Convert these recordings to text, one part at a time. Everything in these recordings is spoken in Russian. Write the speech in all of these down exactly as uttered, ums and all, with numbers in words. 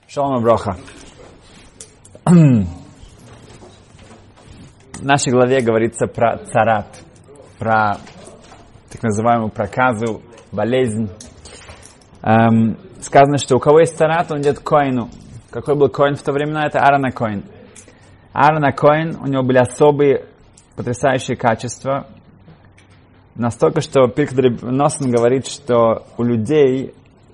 Шалом броха. В нашей главе говорится про царат, про так называемую проказу, болезнь. Эм, сказано, что у кого есть царат, он идет к коину. Какой был коин в то времена? Это Аарон ха-Коин. Аарон ха-Коин, у него были особые, потрясающие качества. Настолько, что Пиркей де Рабби Носон говорит, что у людей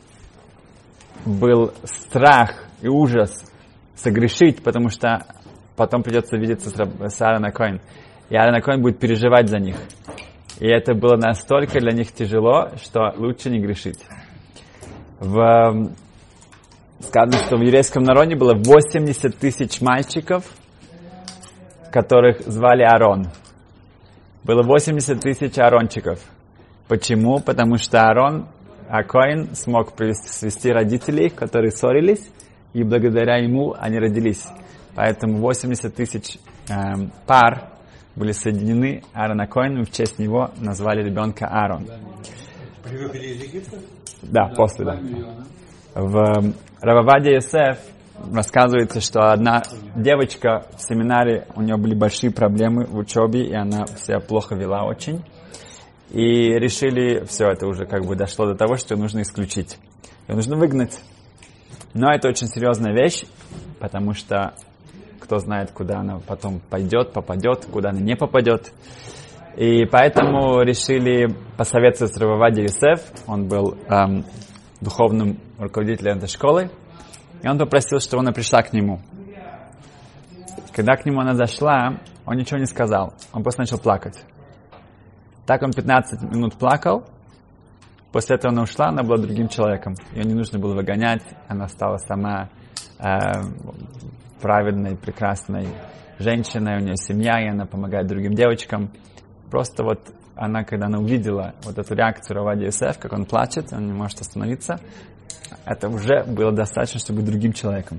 был страх и ужас согрешить, потому что потом придется видеться с, с Аароном ха-Коин. И Аарон ха-Коин будет переживать за них. И это было настолько для них тяжело, что лучше не грешить. В, сказано, что в еврейском народе было восемьдесят тысяч мальчиков, которых звали Аарон. Было восемьдесят тысяч Аарончиков. Почему? Потому что Аарон ха-Коин смог привести, свести родителей, которые ссорились, и благодаря ему они родились. Поэтому восемьдесят тысяч э, пар были соединены Аароном ха-Коином, в честь него назвали ребенка Аарон. Привыкли из Египта? Да, после, да. В Рав Овадия Йосеф рассказывается, что одна девочка в семинаре, у нее были большие проблемы в учебе, и она себя плохо вела очень. И решили, все, это уже как бы дошло до того, что ее нужно исключить. Ее нужно выгнать. Но это очень серьезная вещь, потому что кто знает, куда она потом пойдет, попадет, куда она не попадет. И поэтому решили посоветоваться с Рав Овадией Йосеф. Он был эм, духовным руководителем этой школы. И он попросил, чтобы она пришла к нему. Когда к нему она зашла, он ничего не сказал. Он просто начал плакать. Так он пятнадцать минут плакал. После этого она ушла, она была другим человеком. Ее не нужно было выгонять. Она стала сама э, праведной, прекрасной женщиной. У нее семья, и она помогает другим девочкам. Просто вот она, когда она увидела вот эту реакцию Рава Овадии Йосеф, как он плачет, он не может остановиться, это уже было достаточно, чтобы быть другим человеком.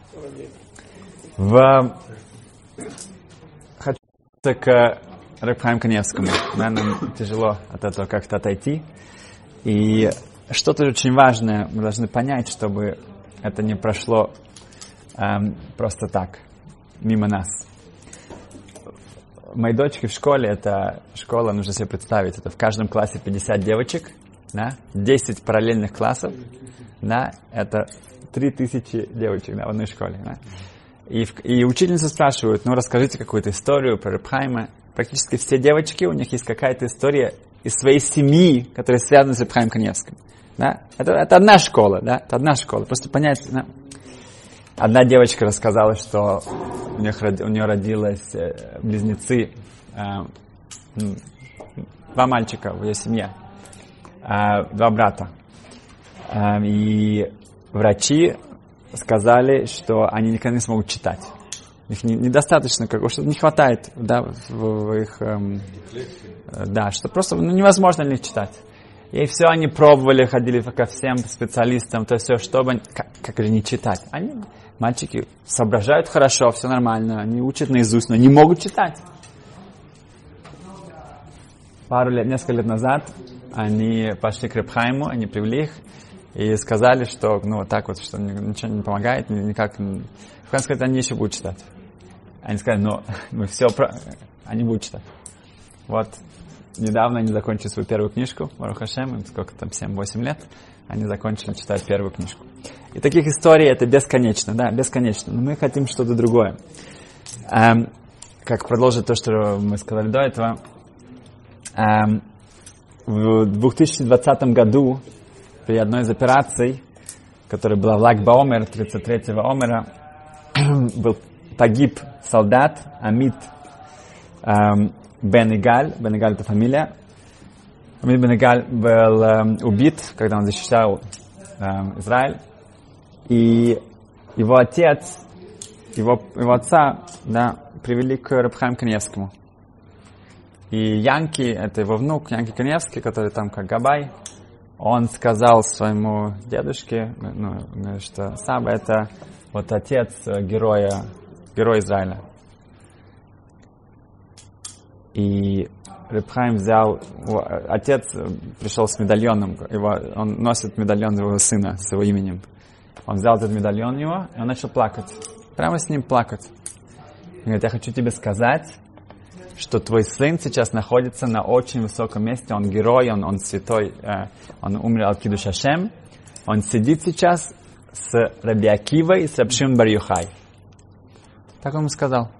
В... Хочу к Ребби Хаим Каневскому. Нам тяжело от этого как-то отойти. И что-то очень важное мы должны понять, чтобы это не прошло эм, просто так, мимо нас. Моей дочке в школе, это школа, нужно себе представить, это в каждом классе пятьдесят девочек, да, десять параллельных классов, да, это три тысячи девочек, да, в одной школе. Да. И, и учительницы спрашивают, ну расскажите какую-то историю про Ребби Хаима. Практически все девочки, у них есть какая-то история из своей семьи, которая связана с Ребби Хаимом Каневским. Да? Это, это одна школа, да, это одна школа. Просто понять, да? Одна девочка рассказала, что у нее, у нее родились близнецы, э, два мальчика в ее семье, э, два брата. Э, и врачи сказали, что они никогда не смогут читать. Их не, недостаточно, как, что-то не хватает, да, в, в их, эм, да, что просто ну, невозможно для них читать. И все они пробовали, ходили ко всем специалистам, то все, чтобы, как, как же не читать. Они, мальчики, соображают хорошо, все нормально, они учат наизусть, но не могут читать. Пару лет, несколько лет назад они пошли к Ребби Хаиму, они привели их и сказали, что, ну, вот так вот, что ничего не помогает, никак. В конце концов, они еще будут читать. Они сказали, ну, мы все, про... они будут читать. Вот, недавно они закончили свою первую книжку, Барух Ашем, им сколько там, семь-восемь лет, они закончили читать первую книжку. И таких историй это бесконечно, да, бесконечно, но мы хотим что-то другое. Эм, как продолжить то, что мы сказали до этого, эм, в две тысячи двадцатом году при одной из операций, которая была в Lag BaOmer, тридцать третьего Омера, был погиб солдат Amit эм, Бен Игаль. Бен Игаль — это фамилия. Amit Бен Игаль был эм, убит, когда он защищал эм, Израиль. И его отец, его, его отца, да, привели к Ребби Хаиму Каневскому. И Янки, это его внук, Янки Каневский, который там как габай, он сказал своему дедушке, ну, что Саба — это вот отец героя, герой Израиля. И Ребби Хаим взял, отец пришел с медальоном, его, он носит медальон его сына с его именем. Он взял этот медальон его, и он начал плакать. Прямо с ним плакать. Он говорит, я хочу тебе сказать, что твой сын сейчас находится на очень высоком месте, он герой, он, он святой, э, он умер от Кидуш Ашем. Он сидит сейчас с Раби Акивой и с Рабби Шимон бар Йохай. Так он ему сказал.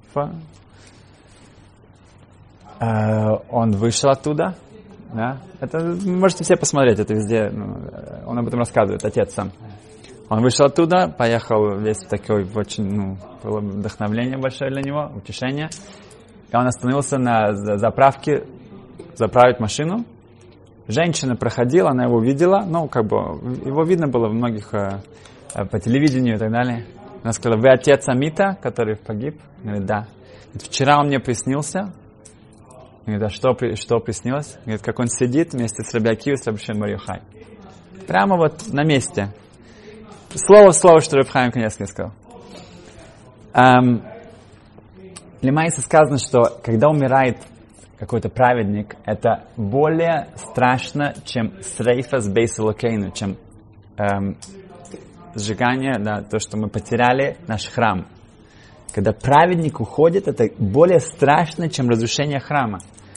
Э, он вышел оттуда. Да? Это можете все посмотреть, это везде. Ну, он об этом рассказывает, отец сам. Он вышел оттуда, поехал весь такой, очень, ну, было вдохновление большое для него, утешение. И он остановился на заправке, заправить машину. Женщина проходила, она его видела, ну, как бы, его видно было в многих, э, по телевидению и так далее. Она сказала, вы отец Амита, который погиб? Говорит, да. Говорит, вчера он мне приснился. Говорит, а что, что приснилось? Говорит, как он сидит вместе с Раби Акивой и с Рабби Шимон бар Йохай. Прямо вот на месте. Слово в слово, что Рабби Хаим Каневский сказал. Эм, Лемайсе сказано, что когда умирает какой-то праведник, это более страшно, чем срейфа с бейс элокейну, чем эм, сжигание, да, то, что мы потеряли наш храм. Когда праведник уходит, это более страшно, чем разрушение храма.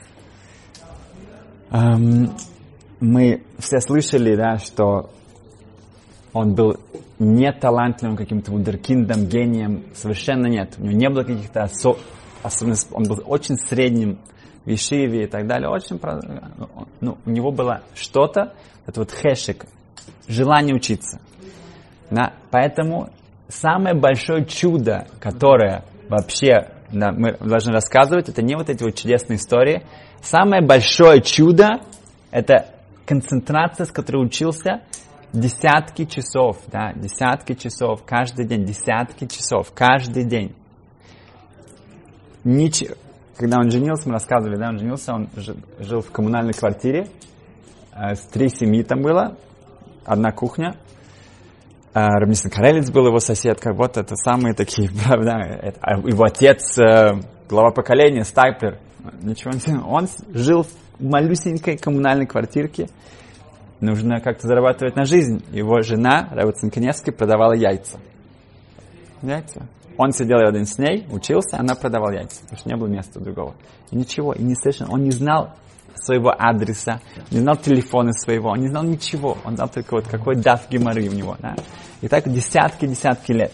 Эм, мы все слышали, да, что он был не талантливым каким-то вундеркиндом, гением, совершенно нет. У него не было каких-то осо- особенностей, он был очень средним в ешиве и так далее. Очень, ну, у него было что-то, это вот хэшик, желание учиться. Да? Поэтому самое большое чудо, которое вообще, да, мы должны рассказывать, это не вот эти вот чудесные истории. Самое большое чудо — это концентрация, с которой учился десятки часов, да, десятки часов, каждый день, десятки часов, каждый день. Ничего. Когда он женился, мы рассказывали, да, он женился, он жил в коммунальной квартире, э, с три семьи там было, одна кухня. Рабби Нисан Карелец был его сосед, как вот это самые такие, правда, это, его отец, э, глава поколения, Стайплер, ничего не, он жил в малюсенькой коммунальной квартирке. Нужно как-то зарабатывать на жизнь. Его жена, Рабби Нисан Каневский, продавала яйца. Яйца. Он сидел рядом с ней, учился, она продавала яйца, потому что не было места другого. И ничего, и не совершенно, он не знал своего адреса, не знал телефона своего, он не знал ничего. Он знал только вот какой даф гемары у него. Да? И так десятки-десятки лет.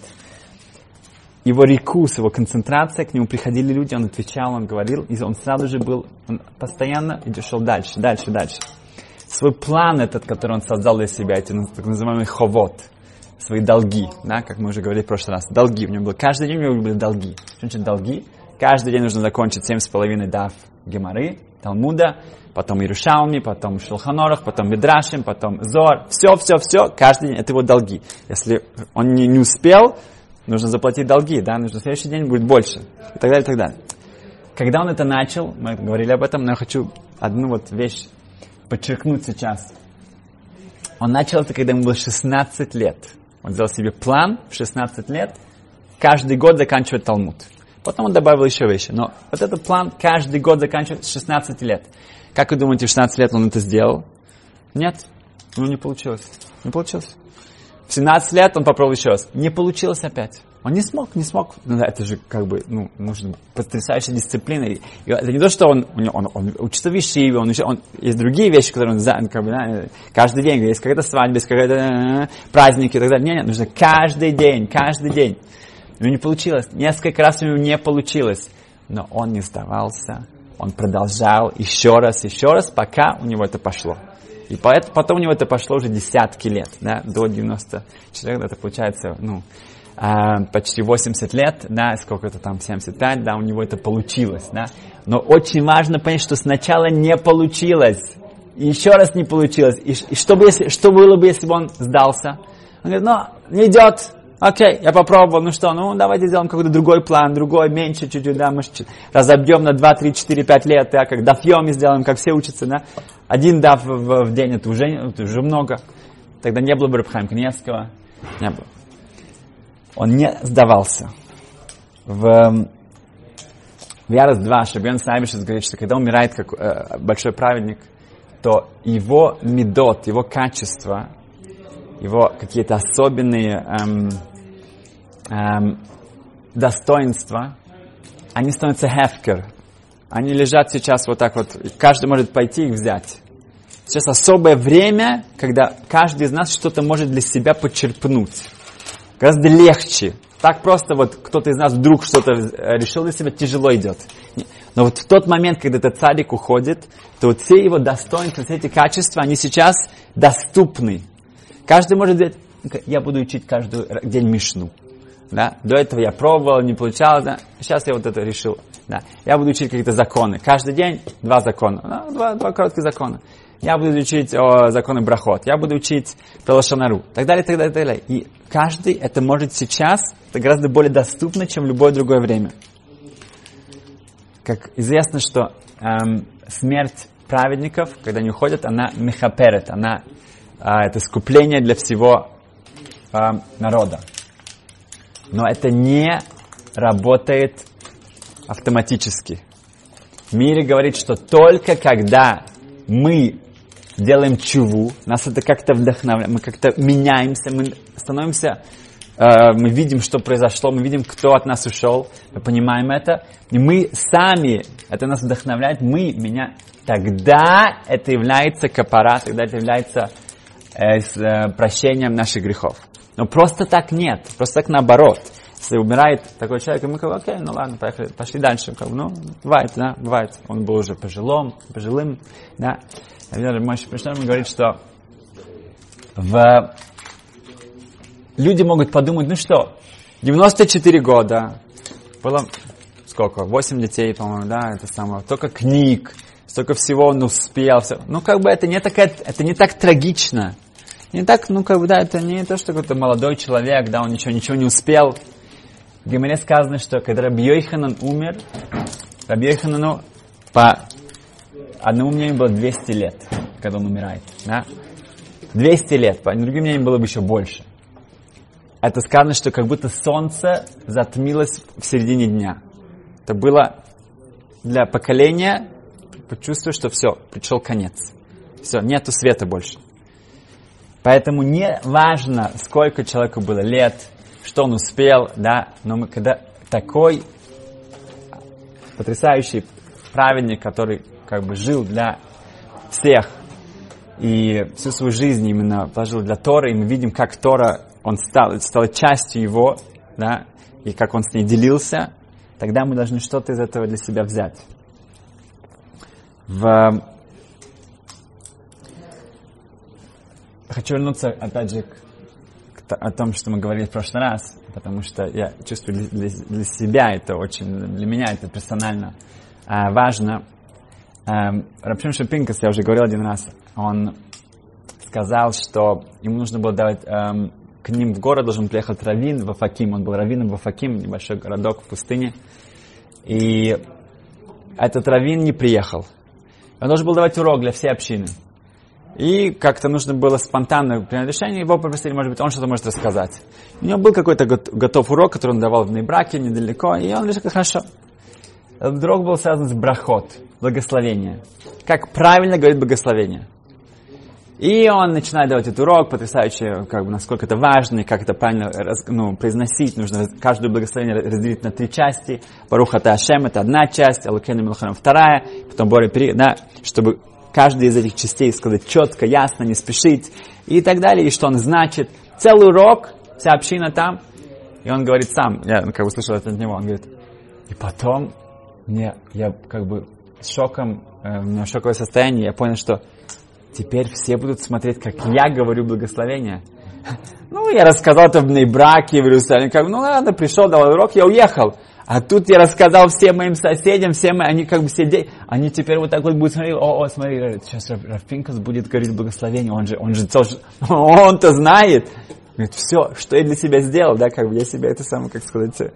Его рекус, его концентрация, к нему приходили люди, он отвечал, он говорил, и он сразу же был, он постоянно шел дальше, дальше, дальше. Свой план этот, который он создал для себя, эти так называемые ховот, свои долги, да, как мы уже говорили в прошлый раз, долги, у него было, каждый день у него были долги. Что значит долги? Каждый день нужно закончить семь с половиной даф гемары, Талмуда, потом Иерушалми, потом Шулхан Арух, потом Мидрашим, потом Зор, все, все, все, каждый день это его долги. Если он не, не успел, нужно заплатить долги, да, нужно в следующий день будет больше, и так далее, и так далее. Когда он это начал, мы говорили об этом, но я хочу одну вот вещь подчеркнуть сейчас. Он начал это, когда ему было шестнадцать лет. Он сделал себе план в шестнадцать лет каждый год заканчивать Талмуд. Потом он добавил еще вещи. Но вот этот план каждый год заканчивать с шестнадцати лет. Как вы думаете, в шестнадцать лет он это сделал? Нет. Ну, не получилось. Не получилось. В семнадцать лет он попробовал еще раз. Не получилось опять. Он не смог, не смог. Ну, да, это же как бы, ну, нужно потрясающая дисциплина. И это не то, что он, он, он, он учится в ешиве, он, он, есть другие вещи, которые он, как бы, да, каждый день, есть какая-то свадьба, есть какие-то праздники и так далее. Нет, нет, нужно каждый день, каждый день. У него не получилось. Несколько раз у него не получилось. Но он не сдавался. Он продолжал еще раз, еще раз, пока у него это пошло. И поэтому, потом у него это пошло уже десятки лет, да, до девяноста четырёх, это получается, ну, э, почти восемьдесят лет, да, сколько-то там, семьдесят пять, да, у него это получилось, да. Но очень важно понять, что сначала не получилось, и еще раз не получилось. И, и что, бы, если, что было бы, если бы он сдался? Он говорит, ну, не идет. Окей, я попробовал, ну что, ну давайте сделаем какой-то другой план, другой, меньше чуть-чуть, да, мы разобьем на два, три, четыре, пять лет, да, как дафьем сделаем, как все учатся, да. Один даф в, в день, это уже, это уже много. Тогда не было бы Рабби Хаима Каневского, не было. Он не сдавался. В, в Ярос два Шабьон Сайбишес говорит, что когда умирает как, э, большой праведник, то его мидот, его качество его какие-то особенные эм, эм, достоинства, они становятся хефкер. Они лежат сейчас вот так вот, и каждый может пойти их взять. Сейчас особое время, когда каждый из нас что-то может для себя почерпнуть. Гораздо легче. Так просто вот кто-то из нас вдруг что-то решил для себя, тяжело идет. Но вот в тот момент, когда этот царик уходит, то вот все его достоинства, все эти качества, они сейчас доступны. Каждый может говорить, я буду учить каждый день Мишну. Да? До этого я пробовал, не получалось. Да? Сейчас я вот это решил. Да? Я буду учить какие-то законы. Каждый день два закона. Да? Два, два коротких закона. Я буду учить о законе брахот. Я буду учить про лошон ара. Так далее, так далее, так далее. И каждый это может сейчас, это гораздо более доступно, чем в любое другое время. Как известно, что эм, смерть праведников, когда они уходят, она мехаперет, она э, это искупление для всего э, народа. Но это не работает автоматически. В мире говорит, что только когда мы делаем чуву, нас это как-то вдохновляет, мы как-то меняемся, мы становимся, э, мы видим, что произошло, мы видим, кто от нас ушел, мы понимаем это, и мы сами, это нас вдохновляет, мы меня, тогда это является капара, тогда это является э, с, э, прощением наших грехов. Но просто так нет, просто так наоборот. Если умирает такой человек, и мы говорим, окей, ну ладно, поехали, пошли дальше. Как бы, ну, бывает, да, бывает. Он был уже пожилым, пожилым, да. Мой Шпишнер говорит, что в... люди могут подумать, ну что, девяносто четыре года, было сколько, восемь детей, по-моему, да, это самое, только книг, столько всего он успел, все. Ну, как бы это не, такая, это не так трагично. Не так, ну, как бы, да, это не то, что какой-то молодой человек, да, он ничего, ничего не успел. В Гемаре сказано, что когда Раби Йоханан умер, Раби Йоханану по одному мнению было двести лет, когда он умирает, да? двести лет, по другим мнениям было бы еще больше. Это сказано, что как будто солнце затмилось в середине дня. Это было для поколения, почувствовать, что все, пришел конец. Все, нету света больше. Поэтому не важно, сколько человеку было лет, что он успел, да, но мы, когда такой потрясающий праведник, который как бы жил для всех и всю свою жизнь именно положил для Торы, и мы видим, как Тора, он стал, стала частью его, да, и как он с ней делился, тогда мы должны что-то из этого для себя взять. В... Хочу вернуться, опять же, к о том, что мы говорили в прошлый раз, потому что я чувствую для, для себя это очень, для меня это персонально э, важно. Э, Рав Шимон шель Пинкас, я уже говорил один раз, он сказал, что ему нужно было давать, э, к ним в город должен приехать раввин в Афаким, он был раввином в Афаким, небольшой городок в пустыне, и этот раввин не приехал. Он должен был давать урок для всей общины. И как-то нужно было спонтанно принять решение, его попросили, может быть, он что-то может рассказать. У него был какой-то готов урок, который он давал в Нейбраке, недалеко, и он решил, хорошо. Этот урок был связан с брахот, благословение. Как правильно говорить благословение. И он начинает давать этот урок, потрясающе, как бы, насколько это важно, и как это правильно ну, произносить. Нужно каждое благословение разделить на три части. Барух ата Ашем — это одна часть, Элокейну мелech вторая, потом Боре Пери, да, чтобы каждый из этих частей сказать четко, ясно, не спешить, и так далее, и что он значит. Целый урок, вся община там, и он говорит сам, я как бы слышал это от него, он говорит, и потом мне, я как бы с шоком, э, у меня шоковое состояние, я понял, что теперь все будут смотреть, как я говорю благословение. Ну, я рассказал это в Нейбраке, в Иерусалиме, как бы, ну ладно, пришел, дал урок, я уехал. А тут я рассказал всем моим соседям, всем, они как бы сидели, они теперь вот так вот будут смотреть, о, о, смотри, сейчас Рав Пинкас будет говорить благословение, он же, он же, он-то знает. Говорит, все, что я для себя сделал, да, как бы я себя это самое, как сказать, э,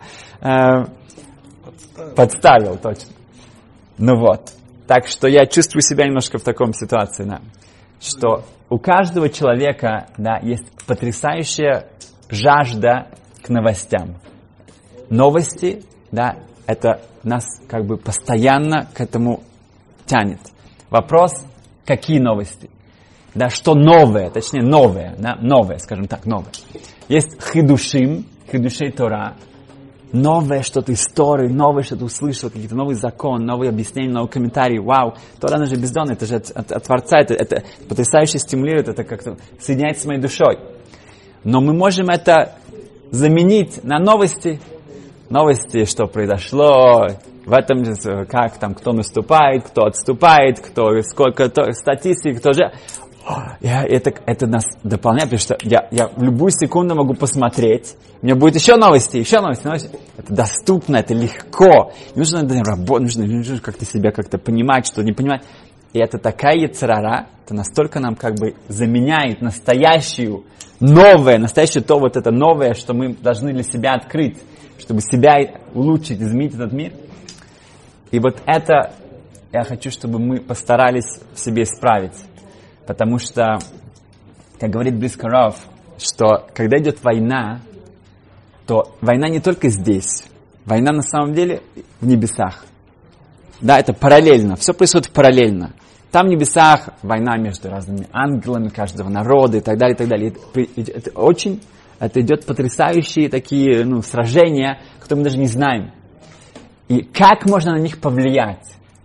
подставил. подставил, точно. Ну вот, так что я чувствую себя немножко в таком ситуации, да, что у каждого человека, да, есть потрясающая жажда к новостям. Новости, да, это нас как бы постоянно к этому тянет. Вопрос, какие новости? да, что новое, точнее новое, да, новое, скажем так, новое. Есть хидушим, хидушей Тора, новое что-то из Торы, новое что-то услышал, какие-то новый закон, новые объяснения, новые комментарии. Вау, Тора, она же бездонная, это же от, от, от Творца, это, это потрясающе стимулирует, это как-то соединяется с моей душой. Но мы можем это заменить на новости. Новости, что произошло, в этом, как там, кто наступает, кто отступает, кто, сколько, кто, статистики, кто же... Я, это, это нас дополняет, потому что я, я в любую секунду могу посмотреть, у меня будет еще новости, еще новости, новости. Это доступно, это легко. Не нужно работать, нужно, нужно как-то себя как-то понимать, что не понимать. И это такая яцерара, это настолько нам как бы заменяет настоящую, новое, настоящее то вот это новое, что мы должны для себя открыть, чтобы себя улучшить, изменить этот мир. И вот это я хочу, чтобы мы постарались в себе исправить. Потому что, как говорит Брискаров, что когда идет война, то война не только здесь. Война на самом деле в небесах. Да, это параллельно. Все происходит параллельно. Там в небесах война между разными ангелами каждого народа и так далее, и так далее. Это, это очень, это идет потрясающие такие, ну, сражения, которые мы даже не знаем. И как можно на них повлиять?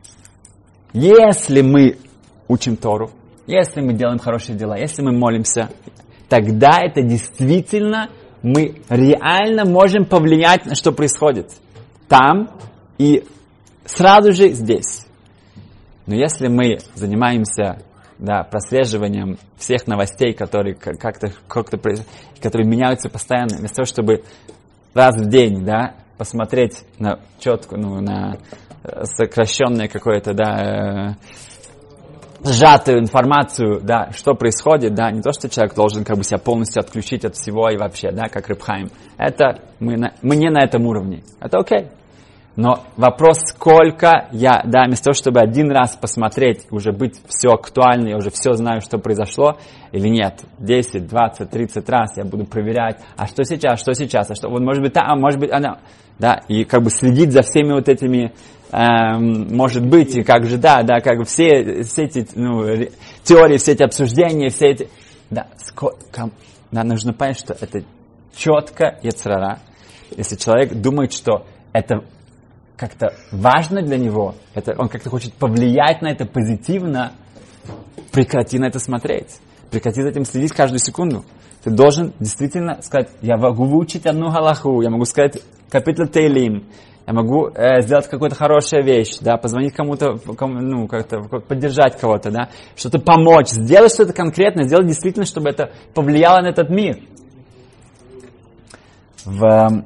Если мы учим Тору, если мы делаем хорошие дела, если мы молимся, тогда это действительно мы реально можем повлиять на что происходит там и сразу же здесь. Но если мы занимаемся, да, прослеживанием всех новостей, которые как-то, как-то которые меняются постоянно, вместо того, чтобы раз в день, да, посмотреть на четкую, ну, на сокращенное какое-то, да, сжатую информацию, да, что происходит, да, не то, что человек должен как бы себя полностью отключить от всего и вообще, да, как Реб Хаим. Это, мы, на, мы не на этом уровне. Это окей. Но вопрос, сколько я, да, вместо того, чтобы один раз посмотреть, уже быть все актуально, я уже все знаю, что произошло, или нет, десять, двадцать, тридцать раз я буду проверять, а что сейчас, что сейчас, а что, вот может быть, а может быть, она, да, и как бы следить за всеми вот этими, эм, может быть, и как же, да, да, как бы все, все эти, ну, теории, все эти обсуждения, все эти, да, сколько, да, нужно понять, что это четко яцерара. Если человек думает, что это как-то важно для него, это, он как-то хочет повлиять на это позитивно, прекрати на это смотреть. Прекрати за этим следить каждую секунду. Ты должен действительно сказать, я могу выучить одну галаху, я могу сказать капитал Тейлим, я могу э, сделать какую-то хорошую вещь, да, позвонить кому-то, кому, ну, как-то поддержать кого-то, да, что-то помочь, сделать что-то конкретное, сделать действительно, чтобы это повлияло на этот мир. В...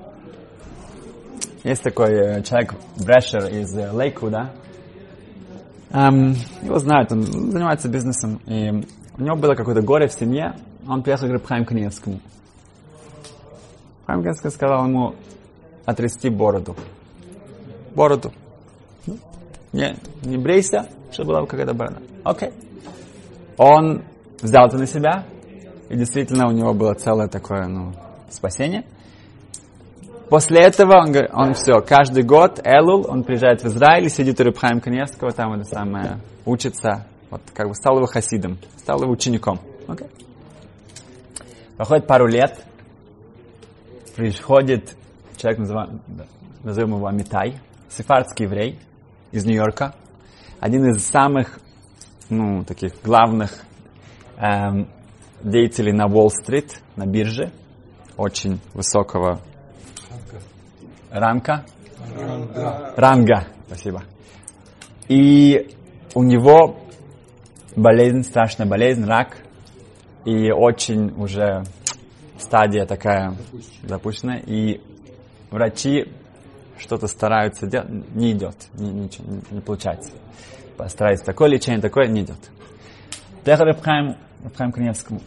Есть такой человек, Брешер из Лейку, да? Эм, его знают, он занимается бизнесом. И у него было какое-то горе в семье. Он приехал к Реб Хаиму Каниевскому. Хаим Каниевский сказал ему отрасти бороду. Бороду. Не, не брейся, чтобы была какая-то борода. Окей. Он взял это на себя. И действительно у него было целое такое, ну, спасение. После этого он, он все, каждый год Элул, он приезжает в Израиль и сидит у Реб Хаима Каниевского, там это самое, учится, вот как бы стал его хасидом, стал его учеником. Okay. Проходит пару лет, приходит человек, называем, назовем его Амитай, сефардский еврей из Нью-Йорка, один из самых, ну, таких главных эм, деятелей на Уолл-стрит, на бирже, очень высокого ранга. Ранга. Ранга, спасибо. И у него болезнь, страшная болезнь, рак, и очень уже стадия такая запущенная, и врачи что-то стараются делать, не идет, не, ничего, не, не получается. Стараются такое лечение, такое не идет. Приехал Реб Хаим, Реб Хаиму Каниевскому.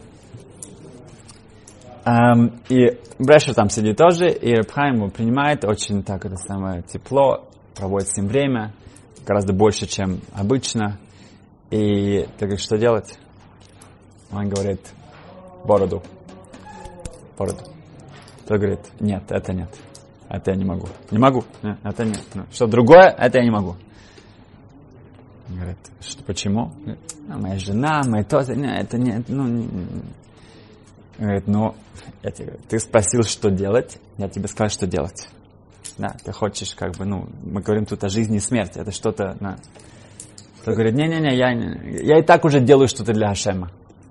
Um, и Брешер там сидит тоже, и Реб Хаим его принимает очень так, это самое тепло, проводит с ним время, гораздо больше, чем обычно. И ты говоришь, что делать? Он говорит, бороду. Бороду. Тот говорит, нет, это нет. Это я не могу. Не могу. Нет, это нет. Что другое, это я не могу. Он Говорит, что почему? Говорит, а моя жена, моя тоже. Не, это не, ну, не. Говорит, ну, я тебе говорю, ты спросил, что делать, я тебе сказал, что делать. Да, ты хочешь, как бы, ну, мы говорим тут о жизни и смерти, это что-то, да. Кто говорит, не-не-не, я, я и так уже делаю что-то для Ашема.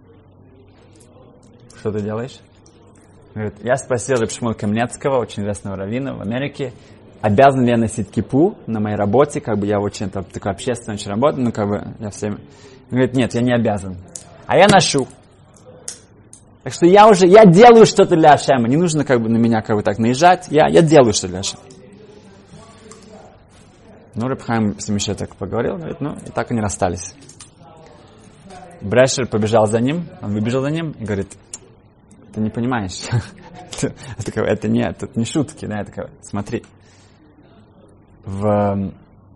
Что ты делаешь? Говорит, я спросил Реб Шмуэль Камнецкого, очень известного раввина в Америке, обязан ли я носить кипу на моей работе, как бы я очень, там, такой общественный очень работаю, ну, как бы, я всем... Говорит, нет, я не обязан. А я ношу. Так что я уже, я делаю что-то для Ашема. Не нужно как бы на меня как бы так наезжать. Я, я делаю что-то для Ашема. Ну, Реб Хаим с ним еще так поговорил, говорит, ну, и так они расстались. Брешер побежал за ним, он выбежал за ним и говорит, ты не понимаешь, это, это не, это не шутки, да, это, смотри, в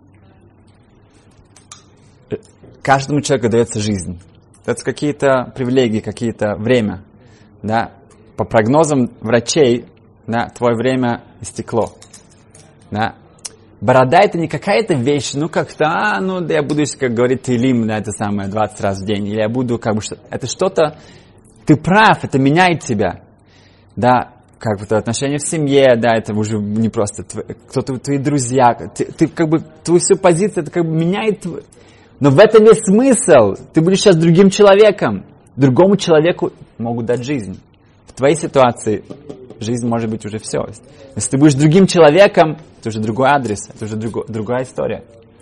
каждому человеку дается жизнь, это какие-то привилегии, какие-то время, да, по прогнозам врачей, да, твое время истекло, да. Борода это не какая-то вещь, ну как-то, а, ну да я буду, как говорит Теилим, да, это самое, двадцать раз в день, или я буду как бы что-то, это что-то, ты прав, это меняет тебя, да, как бы отношения в семье, да, это уже не просто твои, кто-то твои друзья, ты, ты как бы, твою всю позицию, это как бы меняет, твой... но в этом есть смысл, ты будешь сейчас другим человеком, другому человеку могут дать жизнь, в твоей ситуации жизнь может быть уже все, если ты будешь другим человеком, это уже другой адрес, это уже друго, другая история.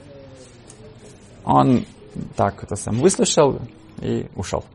Он так это сам выслушал и ушел.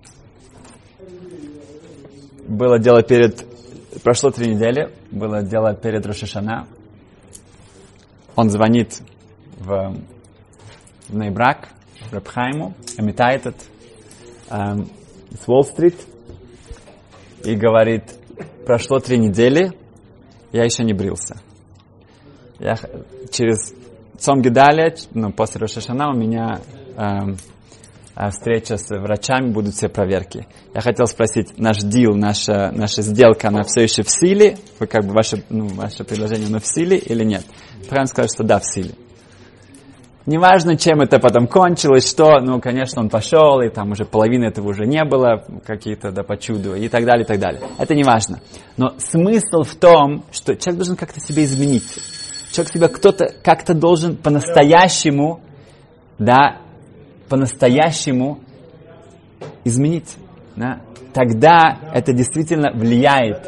Было дело перед... Прошло три недели, было дело перед Рош ха-Шана. Он звонит в, в Нейбрак, в Реб Хаиму, Амитай этот, эм, с Уолл-стрит, и говорит, прошло три недели, я еще не брился. Я через Цом Гедалия, ну, после Рош ха-Шана у меня эм, встреча с врачами, будут все проверки. Я хотел спросить, наш дил, наша, наша сделка, она все еще в силе? Вы как бы, ваше, ну, ваше предложение, оно в силе или нет? Правильно сказать, что да, в силе. Неважно, чем это потом кончилось, что, ну, конечно, он пошел, и там уже половины этого уже не было, какие-то, да, по чуду, и так далее, и так далее. Это не важно. Но смысл в том, что человек должен как-то себя изменить. Человек себя кто-то как-то должен по-настоящему, да, по-настоящему изменить. Да? Тогда это действительно влияет.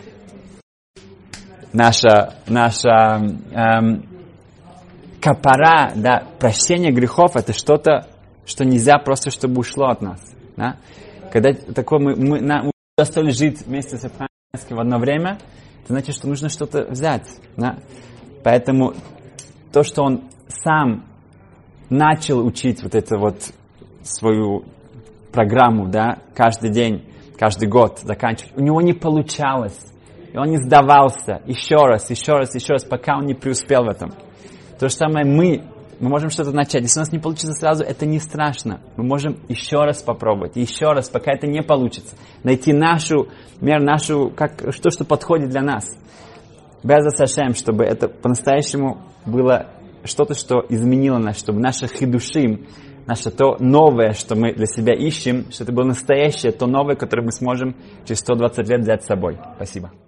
Наша, наша эм, капара, да, прощение грехов, это что-то, что нельзя просто, чтобы ушло от нас. Да? Когда такое мы, мы, на, мы достали жить вместе с Рафаэлем в одно время, это значит, что нужно что-то взять. Да? Поэтому то, что он сам начал учить вот эту вот свою программу, да, каждый день, каждый год заканчивать, у него не получалось, и он не сдавался, еще раз, еще раз, еще раз, пока он не преуспел в этом. То же самое мы, мы можем что-то начать, если у нас не получится сразу, это не страшно, мы можем еще раз попробовать, еще раз, пока это не получится, найти нашу меру, нашу, как, то, что подходит для нас. Без Ашем, чтобы это по-настоящему было что-то, что изменило нас, чтобы наше хидушим, наше то новое, что мы для себя ищем, что это было настоящее, то новое, которое мы сможем через сто двадцать лет взять с собой. Спасибо.